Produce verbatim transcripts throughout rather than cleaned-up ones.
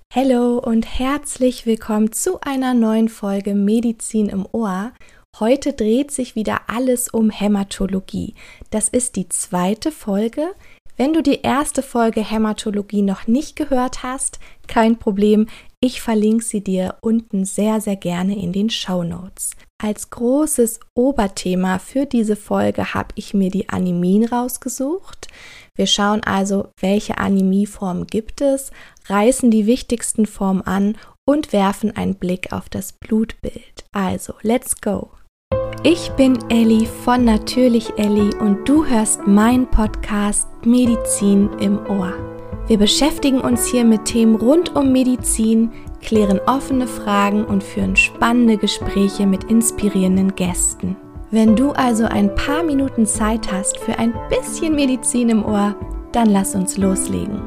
Hallo und herzlich willkommen zu einer neuen Folge Medizin im Ohr. Heute dreht sich wieder alles um Hämatologie. Das ist die zweite Folge. Wenn du die erste Folge Hämatologie noch nicht gehört hast, kein Problem, ich verlinke sie dir unten sehr, sehr gerne in den Shownotes. Als großes Oberthema für diese Folge habe ich mir die Anämien rausgesucht. Wir schauen also, welche Anämieformen gibt es, reißen die wichtigsten Formen an und werfen einen Blick auf das Blutbild. Also, let's go! Ich bin Elli von Natürlich Elli und du hörst meinen Podcast Medizin im Ohr. Wir beschäftigen uns hier mit Themen rund um Medizin, klären offene Fragen und führen spannende Gespräche mit inspirierenden Gästen. Wenn du also ein paar Minuten Zeit hast für ein bisschen Medizin im Ohr, dann lass uns loslegen.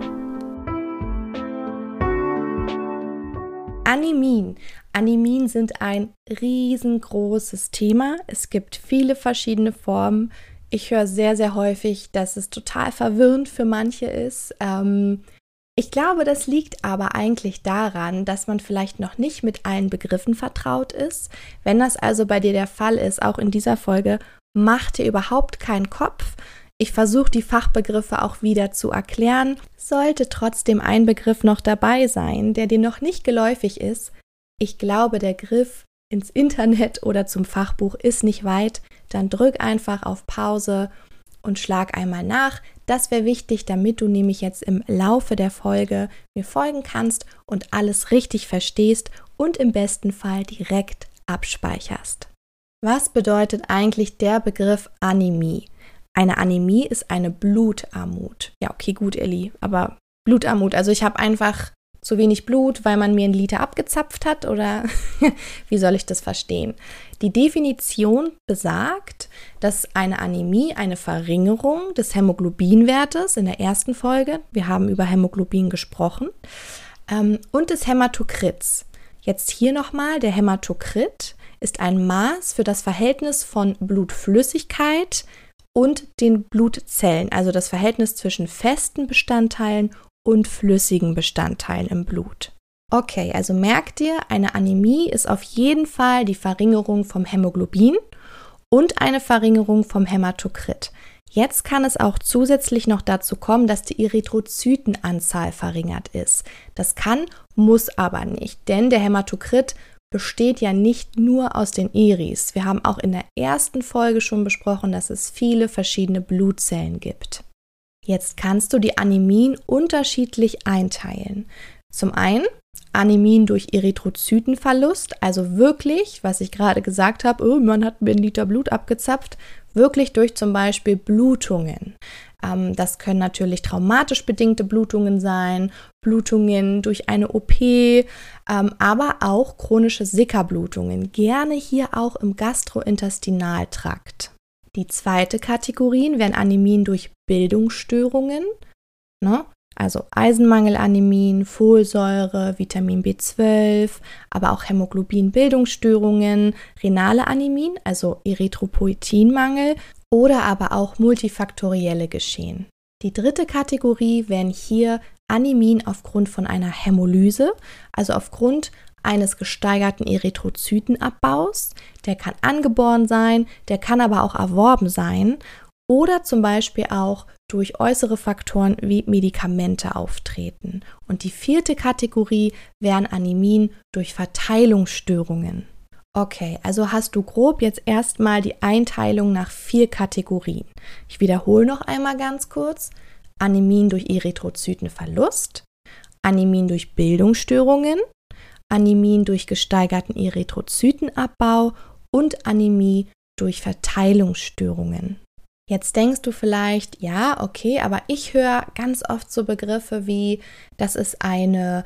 Anämien. Anämien sind ein riesengroßes Thema. Es gibt viele verschiedene Formen. Ich höre sehr, sehr häufig, dass es total verwirrend für manche ist. Ähm, ich glaube, das liegt aber eigentlich daran, dass man vielleicht noch nicht mit allen Begriffen vertraut ist. Wenn das also bei dir der Fall ist, auch in dieser Folge, mach dir überhaupt keinen Kopf. Ich versuche die Fachbegriffe auch wieder zu erklären. Sollte trotzdem ein Begriff noch dabei sein, der dir noch nicht geläufig ist, ich glaube, der Griff ins Internet oder zum Fachbuch ist nicht weit, dann drück einfach auf Pause und schlag einmal nach. Das wäre wichtig, damit du nämlich jetzt im Laufe der Folge mir folgen kannst und alles richtig verstehst und im besten Fall direkt abspeicherst. Was bedeutet eigentlich der Begriff Anämie? Eine Anämie ist eine Blutarmut. Ja, okay, gut, Elli, aber Blutarmut, also ich habe einfach zu wenig Blut, weil man mir einen Liter abgezapft hat, oder wie soll ich das verstehen? Die Definition besagt, dass eine Anämie eine Verringerung des Hämoglobinwertes in der ersten Folge, wir haben über Hämoglobin gesprochen, ähm, und des Hämatokrits. Jetzt hier nochmal, der Hämatokrit ist ein Maß für das Verhältnis von Blutflüssigkeit und den Blutzellen, also das Verhältnis zwischen festen Bestandteilen und flüssigen Bestandteilen im Blut. Okay, also merk dir, eine Anämie ist auf jeden Fall die Verringerung vom Hämoglobin und eine Verringerung vom Hämatokrit. Jetzt kann es auch zusätzlich noch dazu kommen, dass die Erythrozytenanzahl verringert ist. Das kann, muss aber nicht, denn der Hämatokrit besteht ja nicht nur aus den Eris. Wir haben auch in der ersten Folge schon besprochen, dass es viele verschiedene Blutzellen gibt. Jetzt kannst du die Anämien unterschiedlich einteilen. Zum einen Anämien durch Erythrozytenverlust, also wirklich, was ich gerade gesagt habe, oh, man hat mir einen Liter Blut abgezapft, wirklich durch zum Beispiel Blutungen. Ähm, das können natürlich traumatisch bedingte Blutungen sein, Blutungen durch eine O P, ähm, aber auch chronische Sickerblutungen, gerne hier auch im Gastrointestinaltrakt. Die zweite Kategorie wären Anämien durch Bildungsstörungen, ne? Also Eisenmangelanämien, Folsäure, Vitamin B zwölf, aber auch Hämoglobin-Bildungsstörungen, renale Anämien, also Erythropoietinmangel oder aber auch multifaktorielle Geschehen. Die dritte Kategorie wären hier Anämien aufgrund von einer Hämolyse, also aufgrund eines gesteigerten Erythrozytenabbaus. Der kann angeboren sein, der kann aber auch erworben sein oder zum Beispiel auch durch äußere Faktoren wie Medikamente auftreten. Und die vierte Kategorie wären Anämien durch Verteilungsstörungen. Okay, also hast du grob jetzt erstmal die Einteilung nach vier Kategorien. Ich wiederhole noch einmal ganz kurz. Anämien durch Erythrozytenverlust, Anämien durch Bildungsstörungen, Anämien durch gesteigerten Erythrozytenabbau und Anämie durch Verteilungsstörungen. Jetzt denkst du vielleicht, ja, okay, aber ich höre ganz oft so Begriffe wie, das ist eine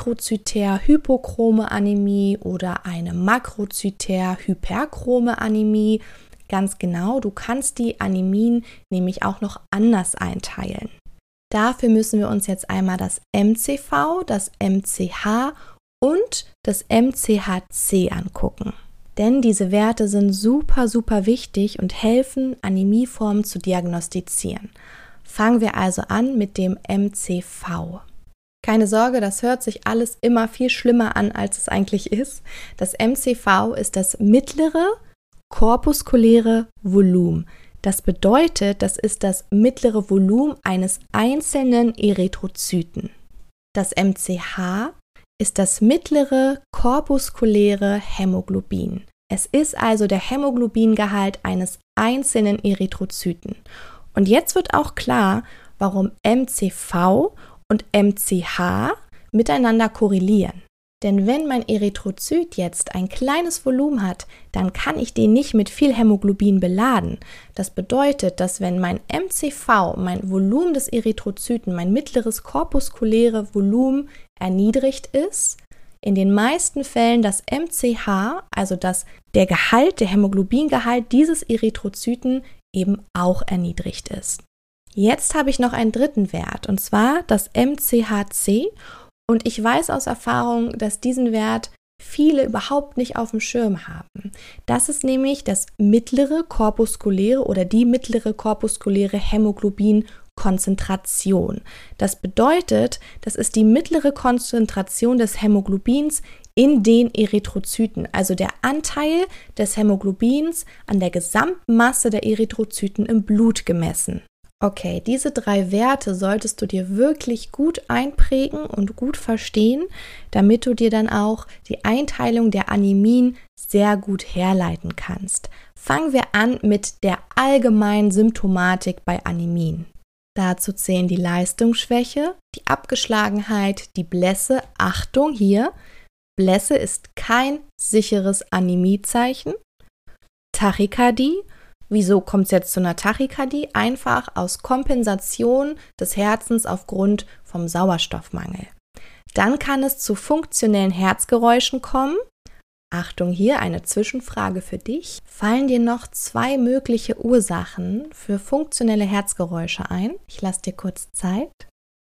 mikrozytär-hypochrome Anämie oder eine makrozytär-hyperchrome Anämie. Ganz genau, du kannst die Anämien nämlich auch noch anders einteilen. Dafür müssen wir uns jetzt einmal das M C V, das M C H und das M C H C angucken. Denn diese Werte sind super, super wichtig und helfen, Anämieformen zu diagnostizieren. Fangen wir also an mit dem M C V. Keine Sorge, das hört sich alles immer viel schlimmer an, als es eigentlich ist. Das M C V ist das mittlere korpuskuläre Volumen. Das bedeutet, das ist das mittlere Volumen eines einzelnen Erythrozyten. Das M C H ist das mittlere korpuskuläre Hämoglobin. Es ist also der Hämoglobingehalt eines einzelnen Erythrozyten. Und jetzt wird auch klar, warum M C V und M C H miteinander korrelieren. Denn wenn mein Erythrozyt jetzt ein kleines Volumen hat, dann kann ich den nicht mit viel Hämoglobin beladen. Das bedeutet, dass wenn mein M C V, mein Volumen des Erythrozyten, mein mittleres korpuskuläre Volumen erniedrigt ist, in den meisten Fällen das M C H, also das, der Gehalt, der Hämoglobingehalt dieses Erythrozyten eben auch erniedrigt ist. Jetzt habe ich noch einen dritten Wert, und zwar das M C H C. Und ich weiß aus Erfahrung, dass diesen Wert viele überhaupt nicht auf dem Schirm haben. Das ist nämlich das mittlere korpuskuläre oder die mittlere korpuskuläre Hämoglobinkonzentration. Das bedeutet, das ist die mittlere Konzentration des Hämoglobins in den Erythrozyten, also der Anteil des Hämoglobins an der Gesamtmasse der Erythrozyten im Blut gemessen. Okay, diese drei Werte solltest du dir wirklich gut einprägen und gut verstehen, damit du dir dann auch die Einteilung der Anämien sehr gut herleiten kannst. Fangen wir an mit der allgemeinen Symptomatik bei Anämien. Dazu zählen die Leistungsschwäche, die Abgeschlagenheit, die Blässe. Achtung hier, Blässe ist kein sicheres Anämiezeichen. Tachykardie. Wieso kommt es jetzt zu einer Tachykardie? Einfach aus Kompensation des Herzens aufgrund vom Sauerstoffmangel. Dann kann es zu funktionellen Herzgeräuschen kommen. Achtung hier, eine Zwischenfrage für dich. Fallen dir noch zwei mögliche Ursachen für funktionelle Herzgeräusche ein? Ich lasse dir kurz Zeit.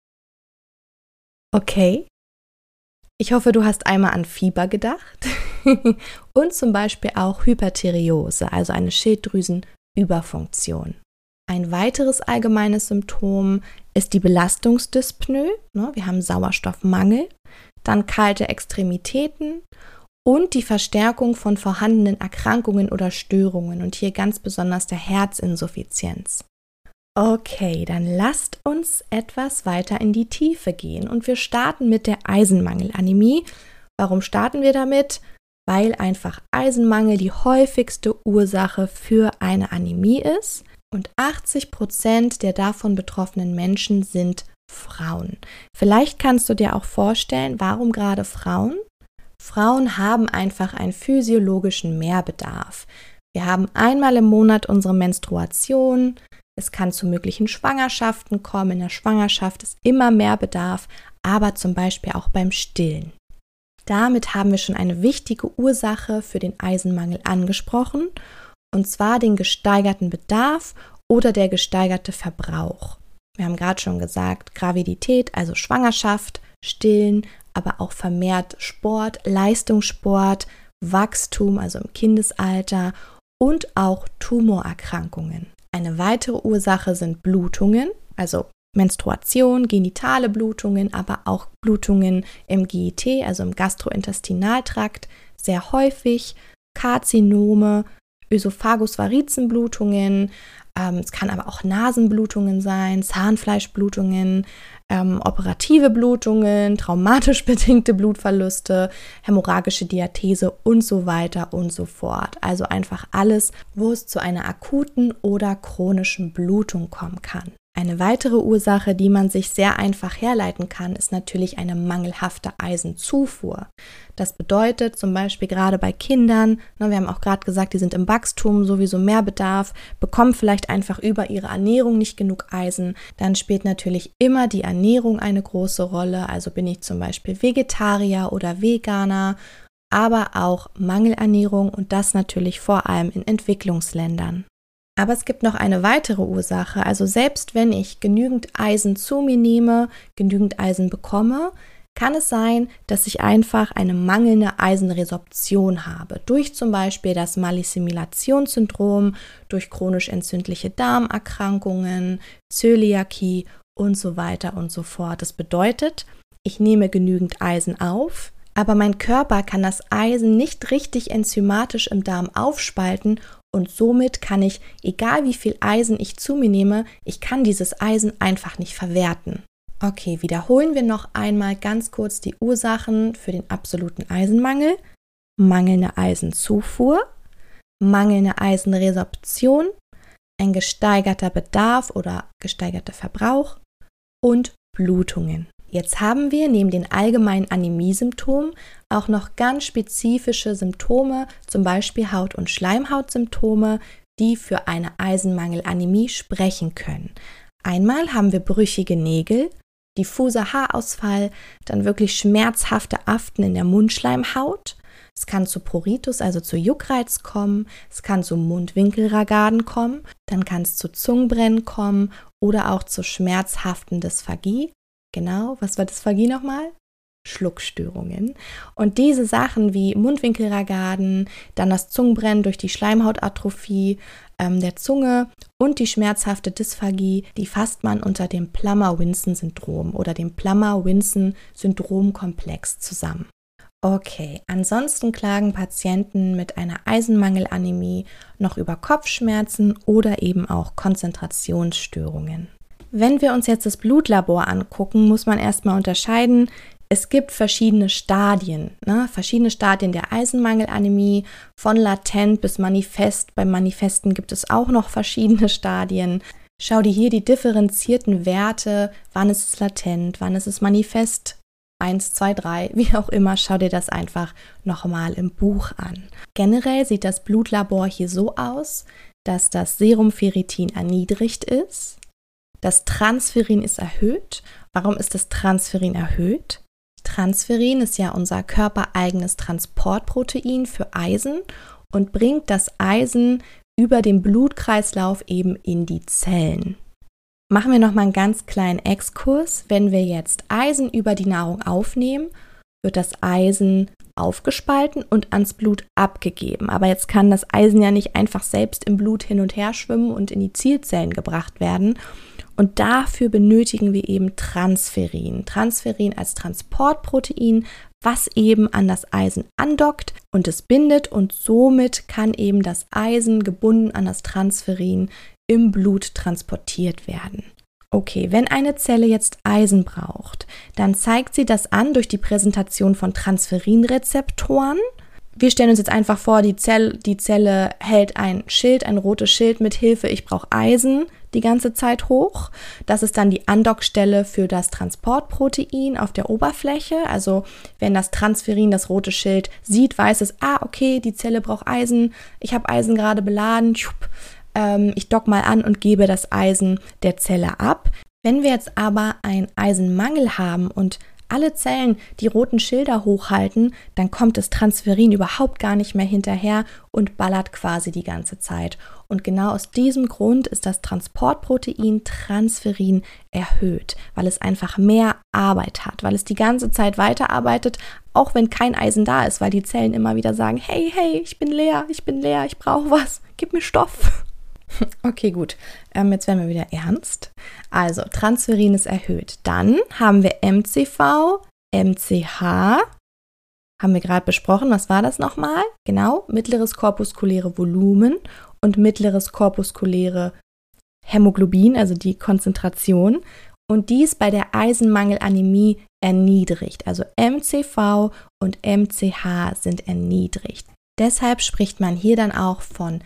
Okay. Ich hoffe, du hast einmal an Fieber gedacht und zum Beispiel auch Hyperthyreose, also eine Schilddrüsenüberfunktion. Ein weiteres allgemeines Symptom ist die Belastungsdyspnoe. Wir haben Sauerstoffmangel, dann kalte Extremitäten und die Verstärkung von vorhandenen Erkrankungen oder Störungen und hier ganz besonders der Herzinsuffizienz. Okay, dann lasst uns etwas weiter in die Tiefe gehen und wir starten mit der Eisenmangelanämie. Warum starten wir damit? Weil einfach Eisenmangel die häufigste Ursache für eine Anämie ist und achtzig Prozent der davon betroffenen Menschen sind Frauen. Vielleicht kannst du dir auch vorstellen, warum gerade Frauen? Frauen haben einfach einen physiologischen Mehrbedarf. Wir haben einmal im Monat unsere Menstruation. Es kann zu möglichen Schwangerschaften kommen. In der Schwangerschaft ist immer mehr Bedarf, aber zum Beispiel auch beim Stillen. Damit haben wir schon eine wichtige Ursache für den Eisenmangel angesprochen, und zwar den gesteigerten Bedarf oder der gesteigerte Verbrauch. Wir haben gerade schon gesagt, Gravidität, also Schwangerschaft, Stillen, aber auch vermehrt Sport, Leistungssport, Wachstum, also im Kindesalter und auch Tumorerkrankungen. Eine weitere Ursache sind Blutungen, also Menstruation, genitale Blutungen, aber auch Blutungen im G I T, also im Gastrointestinaltrakt, sehr häufig, Karzinome, Ösophagus-Varizenblutungen, ähm, es kann aber auch Nasenblutungen sein, Zahnfleischblutungen, ähm, operative Blutungen, traumatisch bedingte Blutverluste, hämorrhagische Diathese und so weiter und so fort. Also einfach alles, wo es zu einer akuten oder chronischen Blutung kommen kann. Eine weitere Ursache, die man sich sehr einfach herleiten kann, ist natürlich eine mangelhafte Eisenzufuhr. Das bedeutet zum Beispiel gerade bei Kindern, ne, wir haben auch gerade gesagt, die sind im Wachstum, sowieso mehr Bedarf, bekommen vielleicht einfach über ihre Ernährung nicht genug Eisen. Dann spielt natürlich immer die Ernährung eine große Rolle. Also bin ich zum Beispiel Vegetarier oder Veganer, aber auch Mangelernährung und das natürlich vor allem in Entwicklungsländern. Aber es gibt noch eine weitere Ursache, also selbst wenn ich genügend Eisen zu mir nehme, genügend Eisen bekomme, kann es sein, dass ich einfach eine mangelnde Eisenresorption habe, durch zum Beispiel das Malassimilationssyndrom, durch chronisch entzündliche Darmerkrankungen, Zöliakie und so weiter und so fort. Das bedeutet, ich nehme genügend Eisen auf, aber mein Körper kann das Eisen nicht richtig enzymatisch im Darm aufspalten und somit kann ich, egal wie viel Eisen ich zu mir nehme, ich kann dieses Eisen einfach nicht verwerten. Okay, wiederholen wir noch einmal ganz kurz die Ursachen für den absoluten Eisenmangel. Mangelnde Eisenzufuhr, mangelnde Eisenresorption, ein gesteigerter Bedarf oder gesteigerter Verbrauch und Blutungen. Jetzt haben wir neben den allgemeinen Anämiesymptomen auch noch ganz spezifische Symptome, zum Beispiel Haut- und Schleimhautsymptome, die für eine Eisenmangelanämie sprechen können. Einmal haben wir brüchige Nägel, diffuser Haarausfall, dann wirklich schmerzhafte Aften in der Mundschleimhaut. Es kann zu Pruritus, also zu Juckreiz kommen, es kann zu Mundwinkelragaden kommen, dann kann es zu Zungenbrennen kommen oder auch zu schmerzhaften Dysphagie. Genau, was war Dysphagie nochmal? Schluckstörungen. Und diese Sachen wie Mundwinkelragaden, dann das Zungenbrennen durch die Schleimhautatrophie ähm, der Zunge und die schmerzhafte Dysphagie, die fasst man unter dem Plummer-Winson-Syndrom oder dem Plummer-Winson-Syndrom-Komplex zusammen. Okay, ansonsten klagen Patienten mit einer Eisenmangelanämie noch über Kopfschmerzen oder eben auch Konzentrationsstörungen. Wenn wir uns jetzt das Blutlabor angucken, muss man erstmal unterscheiden, es gibt verschiedene Stadien, ne? verschiedene Stadien der Eisenmangelanämie, von latent bis manifest. Beim Manifesten gibt es auch noch verschiedene Stadien. Schau dir hier die differenzierten Werte, wann ist es latent, wann ist es manifest, eins, zwei, drei, wie auch immer, schau dir das einfach nochmal im Buch an. Generell sieht das Blutlabor hier so aus, dass das Serumferritin erniedrigt ist, das Transferrin ist erhöht. Warum ist das Transferrin erhöht? Transferrin ist ja unser körpereigenes Transportprotein für Eisen und bringt das Eisen über den Blutkreislauf eben in die Zellen. Machen wir nochmal einen ganz kleinen Exkurs. Wenn wir jetzt Eisen über die Nahrung aufnehmen, wird das Eisen aufgespalten und ans Blut abgegeben. Aber jetzt kann das Eisen ja nicht einfach selbst im Blut hin und her schwimmen und in die Zielzellen gebracht werden. Und dafür benötigen wir eben Transferrin. Transferrin als Transportprotein, was eben an das Eisen andockt und es bindet und somit kann eben das Eisen gebunden an das Transferrin im Blut transportiert werden. Okay, wenn eine Zelle jetzt Eisen braucht, dann zeigt sie das an durch die Präsentation von Transferinrezeptoren. Wir stellen uns jetzt einfach vor, die Zelle, die Zelle hält ein Schild, ein rotes Schild mit Hilfe, ich brauche Eisen, die ganze Zeit hoch. Das ist dann die Andockstelle für das Transportprotein auf der Oberfläche. Also wenn das Transferrin das rote Schild sieht, weiß es, ah, okay, die Zelle braucht Eisen, ich habe Eisen gerade beladen, ähm, ich dock mal an und gebe das Eisen der Zelle ab. Wenn wir jetzt aber einen Eisenmangel haben und alle Zellen die roten Schilder hochhalten, dann kommt das Transferrin überhaupt gar nicht mehr hinterher und ballert quasi die ganze Zeit. Und genau aus diesem Grund ist das Transportprotein Transferrin erhöht, weil es einfach mehr Arbeit hat, weil es die ganze Zeit weiterarbeitet, auch wenn kein Eisen da ist, weil die Zellen immer wieder sagen, hey, hey, ich bin leer, ich bin leer, ich brauche was, gib mir Stoff. Okay, gut. Ähm, jetzt werden wir wieder ernst. Also, Transferrin ist erhöht. Dann haben wir M C V, M C H. Haben wir gerade besprochen. Was war das nochmal? Genau, mittleres korpuskuläre Volumen und mittleres korpuskuläre Hämoglobin, also die Konzentration. Und dies bei der Eisenmangelanämie erniedrigt. Also M C V und M C H sind erniedrigt. Deshalb spricht man hier dann auch von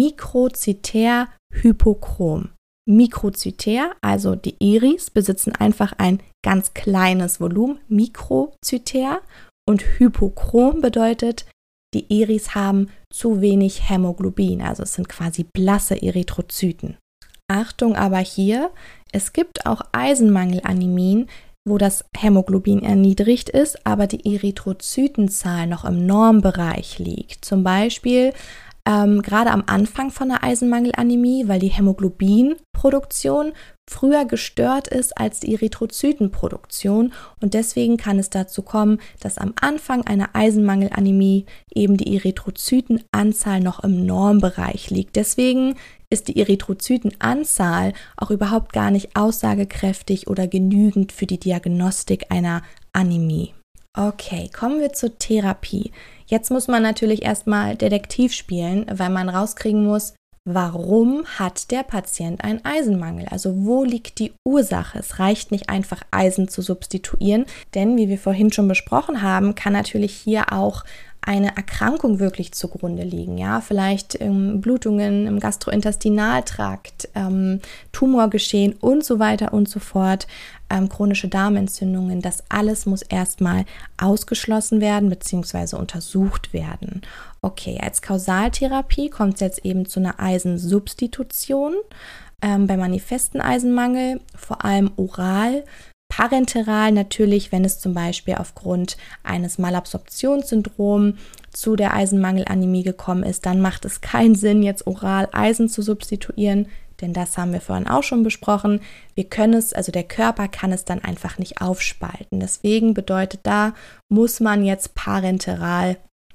Mikrozytär-Hypochrom. Mikrozytär, also die Iris, besitzen einfach ein ganz kleines Volumen, Mikrozytär, und Hypochrom bedeutet, die Iris haben zu wenig Hämoglobin, also es sind quasi blasse Erythrozyten. Achtung aber hier, es gibt auch Eisenmangelanämien, wo das Hämoglobin erniedrigt ist, aber die Erythrozytenzahl noch im Normbereich liegt. Zum Beispiel ähm, gerade am Anfang von der Eisenmangelanämie, weil die Hämoglobinproduktion früher gestört ist als die Erythrozytenproduktion und deswegen kann es dazu kommen, dass am Anfang einer Eisenmangelanämie eben die Erythrozytenanzahl noch im Normbereich liegt. Deswegen ist die Erythrozytenanzahl auch überhaupt gar nicht aussagekräftig oder genügend für die Diagnostik einer Anämie. Okay, kommen wir zur Therapie. Jetzt muss man natürlich erstmal Detektiv spielen, weil man rauskriegen muss, warum hat der Patient einen Eisenmangel? Also wo liegt die Ursache? Es reicht nicht einfach Eisen zu substituieren, denn wie wir vorhin schon besprochen haben, kann natürlich hier auch eine Erkrankung wirklich zugrunde liegen, ja, vielleicht ähm, Blutungen im Gastrointestinaltrakt, ähm, Tumorgeschehen und so weiter und so fort, ähm, chronische Darmentzündungen, das alles muss erstmal ausgeschlossen werden bzw. untersucht werden. Okay, als Kausaltherapie kommt es jetzt eben zu einer Eisensubstitution ähm, bei manifesten Eisenmangel, vor allem oral. Parenteral natürlich, wenn es zum Beispiel aufgrund eines Malabsorptionssyndroms zu der Eisenmangelanämie gekommen ist, dann macht es keinen Sinn, jetzt oral Eisen zu substituieren, denn das haben wir vorhin auch schon besprochen. Wir können es, also der Körper kann es dann einfach nicht aufspalten. Deswegen bedeutet, da muss man jetzt parenteral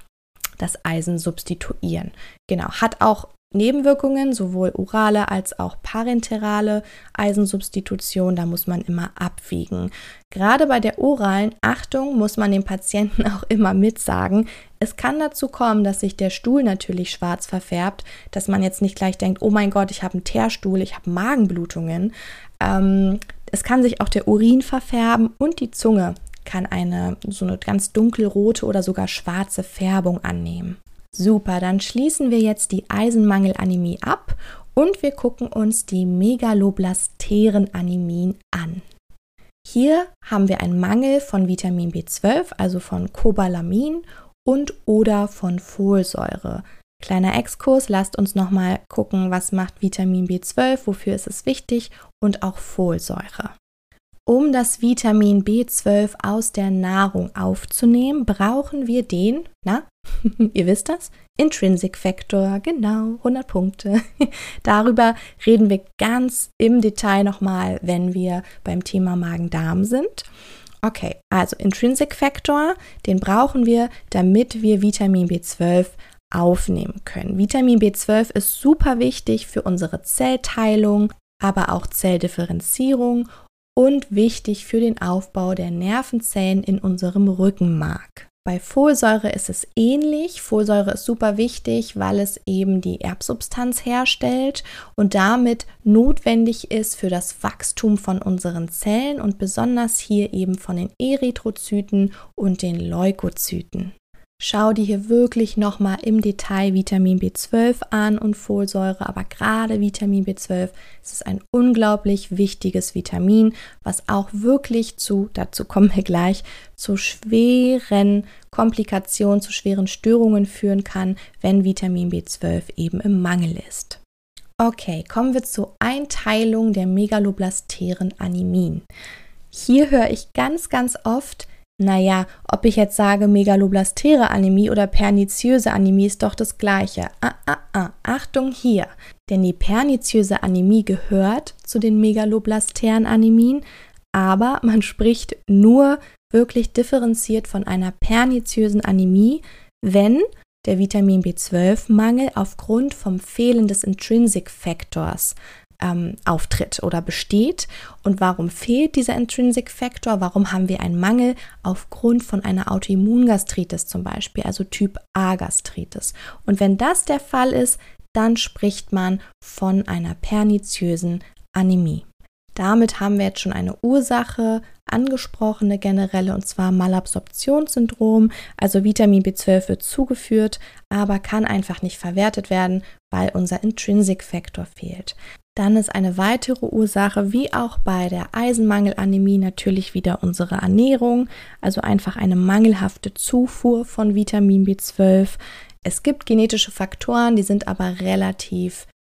das Eisen substituieren. Genau, hat auch Nebenwirkungen, sowohl orale als auch parenterale Eisensubstitution, da muss man immer abwiegen. Gerade bei der oralen, Achtung, muss man dem Patienten auch immer mitsagen, es kann dazu kommen, dass sich der Stuhl natürlich schwarz verfärbt, dass man jetzt nicht gleich denkt, oh mein Gott, ich habe einen Teerstuhl, ich habe Magenblutungen. Ähm, es kann sich auch der Urin verfärben und die Zunge kann eine so eine ganz dunkelrote oder sogar schwarze Färbung annehmen. Super, dann schließen wir jetzt die Eisenmangelanämie ab und wir gucken uns die Megaloblasterenanämien an. Hier haben wir einen Mangel von Vitamin B zwölf, also von Cobalamin und oder von Folsäure. Kleiner Exkurs, lasst uns nochmal gucken, was macht Vitamin B zwölf, wofür ist es wichtig und auch Folsäure. Um das Vitamin B zwölf aus der Nahrung aufzunehmen, brauchen wir den, na, ihr wisst das, Intrinsic Factor, genau, hundert Punkte. Darüber reden wir ganz im Detail nochmal, wenn wir beim Thema Magen-Darm sind. Okay, also Intrinsic Factor, den brauchen wir, damit wir Vitamin B zwölf aufnehmen können. Vitamin B zwölf ist super wichtig für unsere Zellteilung, aber auch Zelldifferenzierung und wichtig für den Aufbau der Nervenzellen in unserem Rückenmark. Bei Folsäure ist es ähnlich. Folsäure ist super wichtig, weil es eben die Erbsubstanz herstellt und damit notwendig ist für das Wachstum von unseren Zellen und besonders hier eben von den Erythrozyten und den Leukozyten. Schau dir hier wirklich nochmal im Detail Vitamin B zwölf an und Folsäure, aber gerade Vitamin B zwölf ist ein unglaublich wichtiges Vitamin, was auch wirklich zu, dazu kommen wir gleich, zu schweren Komplikationen, zu schweren Störungen führen kann, wenn Vitamin B zwölf eben im Mangel ist. Okay, kommen wir zur Einteilung der Megaloblasterenanämien. Hier höre ich ganz, ganz oft, naja, ob ich jetzt sage Megaloblastere-Anämie oder perniziöse Anämie ist doch das Gleiche. Ah, ah, ah, Achtung hier, denn die perniziöse Anämie gehört zu den Megaloblasteren-Anämien, aber man spricht nur wirklich differenziert von einer perniziösen Anämie, wenn der Vitamin B zwölf Mangel aufgrund vom Fehlen des Intrinsic Factors Ähm, auftritt oder besteht. Und warum fehlt dieser Intrinsic Factor? Warum haben wir einen Mangel? Aufgrund von einer Autoimmungastritis zum Beispiel, also Typ A Gastritis. Und wenn das der Fall ist, dann spricht man von einer perniziösen Anämie. Damit haben wir jetzt schon eine Ursache angesprochene generelle, und zwar Malabsorptionssyndrom. Also Vitamin B zwölf wird zugeführt, aber kann einfach nicht verwertet werden, weil unser Intrinsic Factor fehlt. Dann ist eine weitere Ursache, wie auch bei der Eisenmangelanämie, natürlich wieder unsere Ernährung, also einfach eine mangelhafte Zufuhr von Vitamin B zwölf. Es gibt genetische Faktoren, die sind aber relativ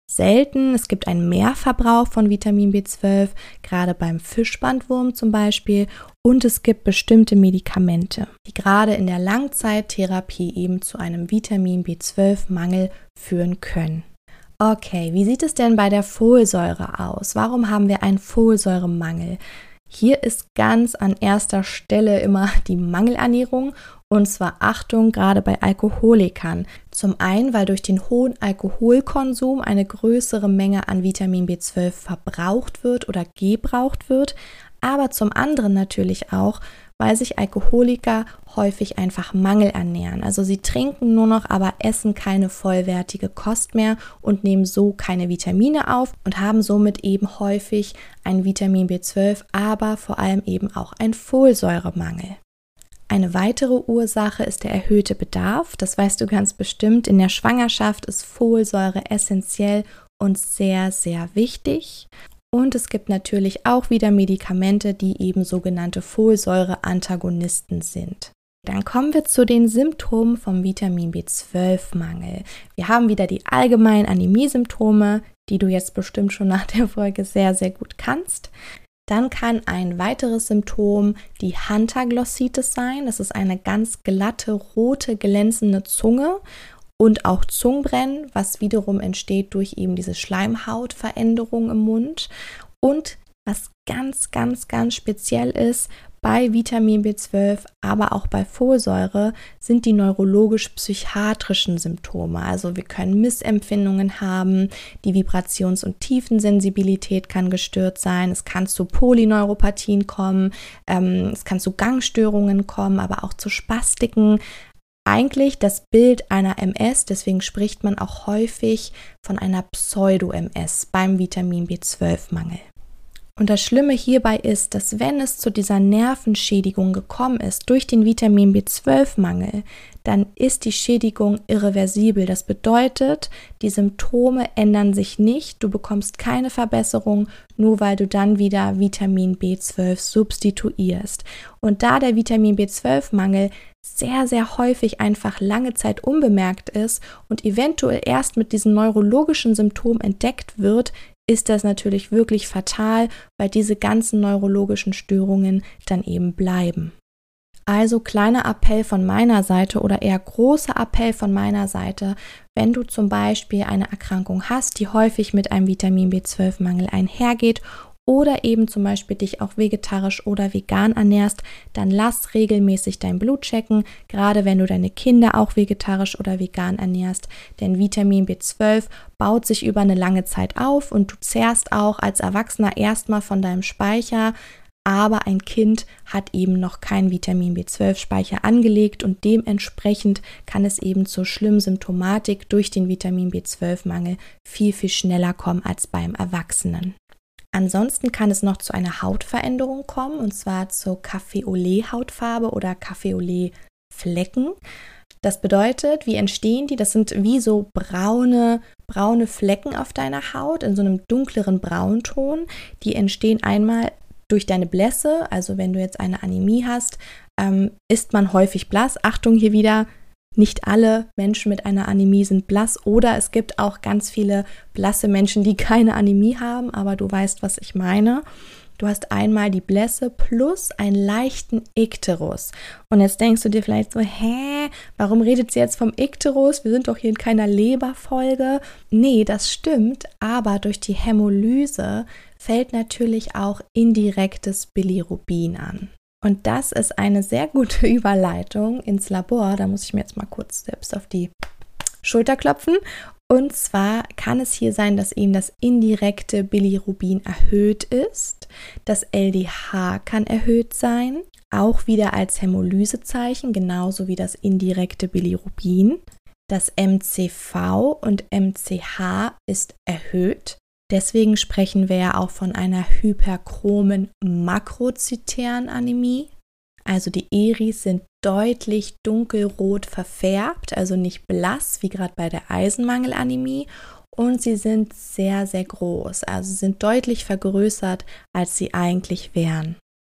selten. Es gibt einen Mehrverbrauch von Vitamin B zwölf, gerade beim Fischbandwurm zum Beispiel. Und es gibt bestimmte Medikamente, die gerade in der Langzeittherapie eben zu einem Vitamin B zwölf Mangel führen können. Okay, wie sieht es denn bei der Folsäure aus? Warum haben wir einen Folsäuremangel? Hier ist ganz an erster Stelle immer die Mangelernährung. Und zwar Achtung, gerade bei Alkoholikern. Zum einen, weil durch den hohen Alkoholkonsum eine größere Menge an Vitamin B zwölf verbraucht wird oder gebraucht wird, aber zum anderen natürlich auch, weil sich Alkoholiker häufig einfach mangelernähren. Also sie trinken nur noch, aber essen keine vollwertige Kost mehr und nehmen so keine Vitamine auf und haben somit eben häufig einen Vitamin B zwölf, aber vor allem eben auch einen Folsäuremangel. Eine weitere Ursache ist der erhöhte Bedarf. Das weißt du ganz bestimmt. In der Schwangerschaft ist Folsäure essentiell und sehr, sehr wichtig. Und es gibt natürlich auch wieder Medikamente, die eben sogenannte Folsäure-Antagonisten sind. Dann kommen wir zu den Symptomen vom Vitamin B zwölf Mangel. Wir haben wieder die allgemeinen Anämie-Symptome, die du jetzt bestimmt schon nach der Folge sehr, sehr gut kannst. Dann kann ein weiteres Symptom die Hantaglossitis sein. Das ist eine ganz glatte, rote, glänzende Zunge und auch Zungenbrennen, was wiederum entsteht durch eben diese Schleimhautveränderung im Mund. Und was ganz, ganz, ganz speziell ist bei Vitamin B zwölf, aber auch bei Folsäure, sind die neurologisch-psychiatrischen Symptome. Also wir können Missempfindungen haben, die Vibrations- und Tiefensensibilität kann gestört sein, es kann zu Polyneuropathien kommen, ähm, es kann zu Gangstörungen kommen, aber auch zu Spastiken. Eigentlich das Bild einer M S, deswegen spricht man auch häufig von einer Pseudo-M S beim Vitamin B zwölf Mangel. Und das Schlimme hierbei ist, dass wenn es zu dieser Nervenschädigung gekommen ist durch den Vitamin B zwölf Mangel, dann ist die Schädigung irreversibel. Das bedeutet, die Symptome ändern sich nicht, du bekommst keine Verbesserung, nur weil du dann wieder Vitamin B zwölf substituierst. Und da der Vitamin B zwölf Mangel sehr, sehr häufig einfach lange Zeit unbemerkt ist und eventuell erst mit diesen neurologischen Symptomen entdeckt wird, ist das natürlich wirklich fatal, weil diese ganzen neurologischen Störungen dann eben bleiben. Also kleiner Appell von meiner Seite oder eher großer Appell von meiner Seite, wenn du zum Beispiel eine Erkrankung hast, die häufig mit einem Vitamin B zwölf Mangel einhergeht oder eben zum Beispiel dich auch vegetarisch oder vegan ernährst, dann lass regelmäßig dein Blut checken, gerade wenn du deine Kinder auch vegetarisch oder vegan ernährst, denn Vitamin B zwölf baut sich über eine lange Zeit auf und du zehrst auch als Erwachsener erstmal von deinem Speicher, aber ein Kind hat eben noch keinen Vitamin B zwölf Speicher angelegt und dementsprechend kann es eben zur schlimmen Symptomatik durch den Vitamin B zwölf Mangel viel, viel schneller kommen als beim Erwachsenen. Ansonsten kann es noch zu einer Hautveränderung kommen, und zwar zur Café-au-lait-Hautfarbe oder Café-au-lait-Flecken. Das bedeutet, wie entstehen die? Das sind wie so braune, braune Flecken auf deiner Haut in so einem dunkleren Braunton. Die entstehen einmal durch deine Blässe, also wenn du jetzt eine Anämie hast, ähm, ist man häufig blass. Achtung hier wieder, nicht alle Menschen mit einer Anämie sind blass oder es gibt auch ganz viele blasse Menschen, die keine Anämie haben, aber du weißt, was ich meine. Du hast einmal die Blässe plus einen leichten Ikterus. Und jetzt denkst du dir vielleicht so, hä, warum redet sie jetzt vom Ikterus? Wir sind doch hier in keiner Leberfolge. Nee, das stimmt, aber durch die Hämolyse fällt natürlich auch indirektes Bilirubin an. Und das ist eine sehr gute Überleitung ins Labor. Da muss ich mir jetzt mal kurz selbst auf die Schulter klopfen. Und zwar kann es hier sein, dass eben das indirekte Bilirubin erhöht ist. Das L D H kann erhöht sein, auch wieder als Hämolysezeichen, genauso wie das indirekte Bilirubin. Das M C V und M C H ist erhöht. Deswegen sprechen wir ja auch von einer hyperchromen makrozytären Anämie. Also die Eris sind deutlich dunkelrot verfärbt, also nicht blass, wie gerade bei der Eisenmangelanämie. Und sie sind sehr, sehr groß, also sind deutlich vergrößert, als sie eigentlich wären.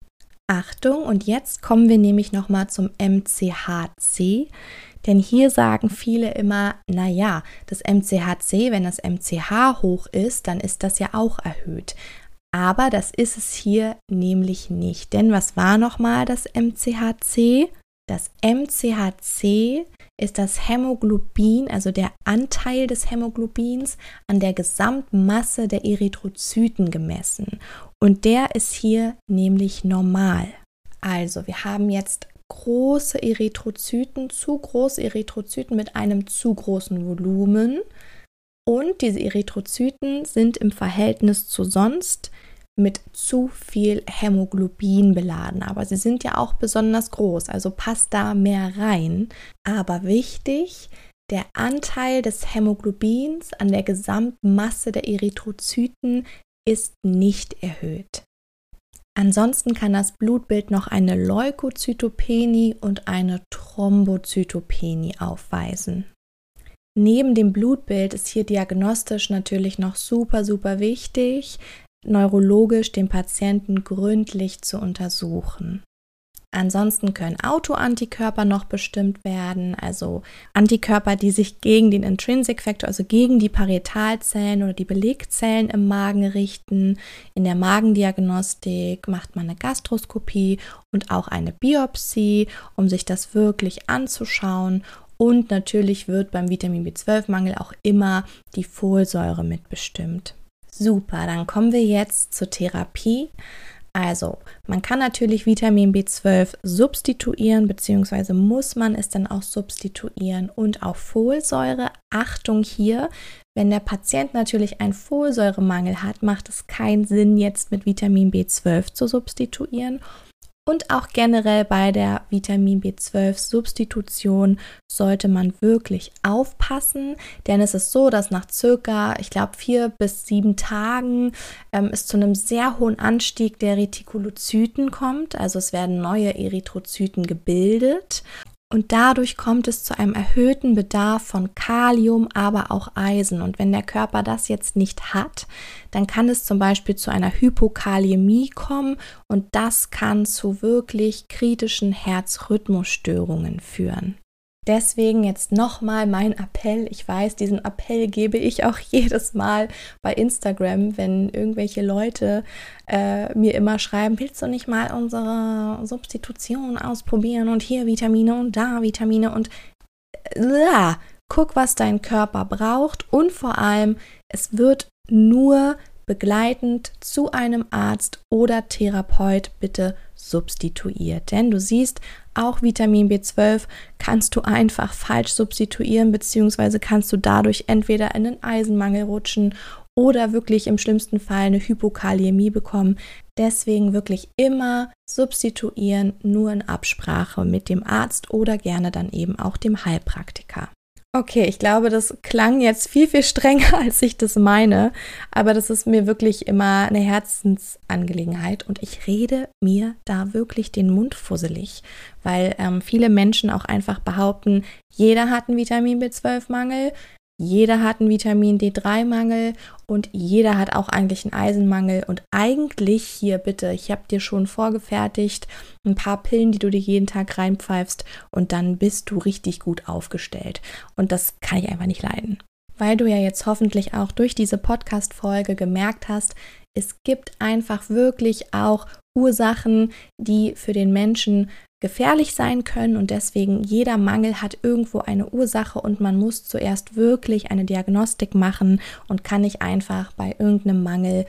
Achtung, und jetzt kommen wir nämlich nochmal zum M C H C, denn hier sagen viele immer, naja, das M C H C, wenn das M C H hoch ist, dann ist das ja auch erhöht. Aber das ist es hier nämlich nicht, denn was war nochmal das M C H C? Das M C H C ist das Hämoglobin, also der Anteil des Hämoglobins an der Gesamtmasse der Erythrozyten gemessen. Und der ist hier nämlich normal. Also wir haben jetzt große Erythrozyten, zu große Erythrozyten mit einem zu großen Volumen. Und diese Erythrozyten sind im Verhältnis zu sonst mit zu viel Hämoglobin beladen. Aber sie sind ja auch besonders groß, also passt da mehr rein. Aber wichtig, der Anteil des Hämoglobins an der Gesamtmasse der Erythrozyten ist nicht erhöht. Ansonsten kann das Blutbild noch eine Leukozytopenie und eine Thrombozytopenie aufweisen. Neben dem Blutbild ist hier diagnostisch natürlich noch super, super wichtig, neurologisch den Patienten gründlich zu untersuchen. Ansonsten können Autoantikörper noch bestimmt werden, also Antikörper, die sich gegen den Intrinsic-Faktor, also gegen die Parietalzellen oder die Belegzellen im Magen richten. In der Magendiagnostik macht man eine Gastroskopie und auch eine Biopsie, um sich das wirklich anzuschauen. Und natürlich wird beim Vitamin B zwölf Mangel auch immer die Folsäure mitbestimmt. Super, dann kommen wir jetzt zur Therapie. Also, man kann natürlich Vitamin B zwölf substituieren, beziehungsweise muss man es dann auch substituieren und auch Folsäure. Achtung hier, wenn der Patient natürlich einen Folsäuremangel hat, macht es keinen Sinn, jetzt mit Vitamin B zwölf zu substituieren. Und auch generell bei der Vitamin B zwölf Substitution sollte man wirklich aufpassen, denn es ist so, dass nach circa, ich glaube, vier bis sieben Tagen ähm, es zu einem sehr hohen Anstieg der Retikulozyten kommt. Also es werden neue Erythrozyten gebildet. Und dadurch kommt es zu einem erhöhten Bedarf von Kalium, aber auch Eisen. Und wenn der Körper das jetzt nicht hat, dann kann es zum Beispiel zu einer Hypokaliämie kommen und das kann zu wirklich kritischen Herzrhythmusstörungen führen. Deswegen jetzt nochmal mein Appell. Ich weiß, diesen Appell gebe ich auch jedes Mal bei Instagram, wenn irgendwelche Leute äh, mir immer schreiben, willst du nicht mal unsere Substitution ausprobieren und hier Vitamine und da Vitamine und äh, guck, was dein Körper braucht und vor allem, es wird nur begleitend zu einem Arzt oder Therapeut bitte substituiert. Denn du siehst, auch Vitamin B zwölf kannst du einfach falsch substituieren, beziehungsweise kannst du dadurch entweder in den Eisenmangel rutschen oder wirklich im schlimmsten Fall eine Hypokaliämie bekommen. Deswegen wirklich immer substituieren, nur in Absprache mit dem Arzt oder gerne dann eben auch dem Heilpraktiker. Okay, ich glaube, das klang jetzt viel, viel strenger, als ich das meine, aber das ist mir wirklich immer eine Herzensangelegenheit und ich rede mir da wirklich den Mund fusselig, weil ähm, viele Menschen auch einfach behaupten, jeder hat einen Vitamin B zwölf Mangel, jeder hat einen Vitamin D drei Mangel und jeder hat auch eigentlich einen Eisenmangel und eigentlich hier bitte, ich habe dir schon vorgefertigt, ein paar Pillen, die du dir jeden Tag reinpfeifst und dann bist du richtig gut aufgestellt und das kann ich einfach nicht leiden. Weil du ja jetzt hoffentlich auch durch diese Podcast-Folge gemerkt hast, es gibt einfach wirklich auch Ursachen, die für den Menschen gefährlich sein können und deswegen jeder Mangel hat irgendwo eine Ursache und man muss zuerst wirklich eine Diagnostik machen und kann nicht einfach bei irgendeinem Mangel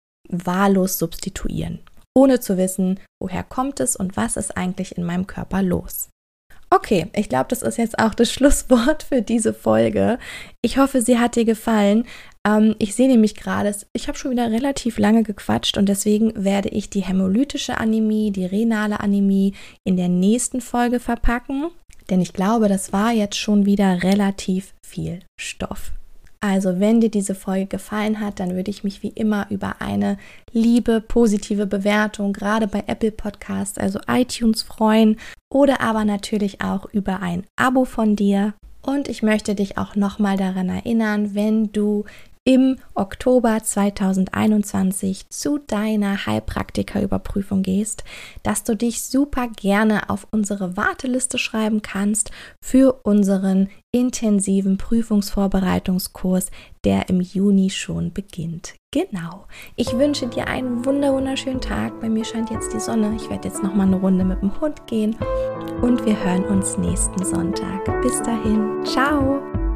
wahllos substituieren, ohne zu wissen, woher kommt es und was ist eigentlich in meinem Körper los. Okay, ich glaube, das ist jetzt auch das Schlusswort für diese Folge. Ich hoffe, sie hat dir gefallen. Ähm, ich sehe nämlich gerade, ich habe schon wieder relativ lange gequatscht und deswegen werde ich die hämolytische Anämie, die renale Anämie in der nächsten Folge verpacken, denn ich glaube, das war jetzt schon wieder relativ viel Stoff. Also wenn dir diese Folge gefallen hat, dann würde ich mich wie immer über eine liebe, positive Bewertung, gerade bei Apple Podcasts, also iTunes, freuen oder aber natürlich auch über ein Abo von dir. Und ich möchte dich auch nochmal daran erinnern, wenn du im Oktober zweitausendeinundzwanzig zu deiner Heilpraktikerüberprüfung gehst, dass du dich super gerne auf unsere Warteliste schreiben kannst für unseren intensiven Prüfungsvorbereitungskurs, der im Juni schon beginnt. Genau. Ich wünsche dir einen wunder wunderschönen Tag. Bei mir scheint jetzt die Sonne. Ich werde jetzt noch mal eine Runde mit dem Hund gehen und wir hören uns nächsten Sonntag. Bis dahin. Ciao.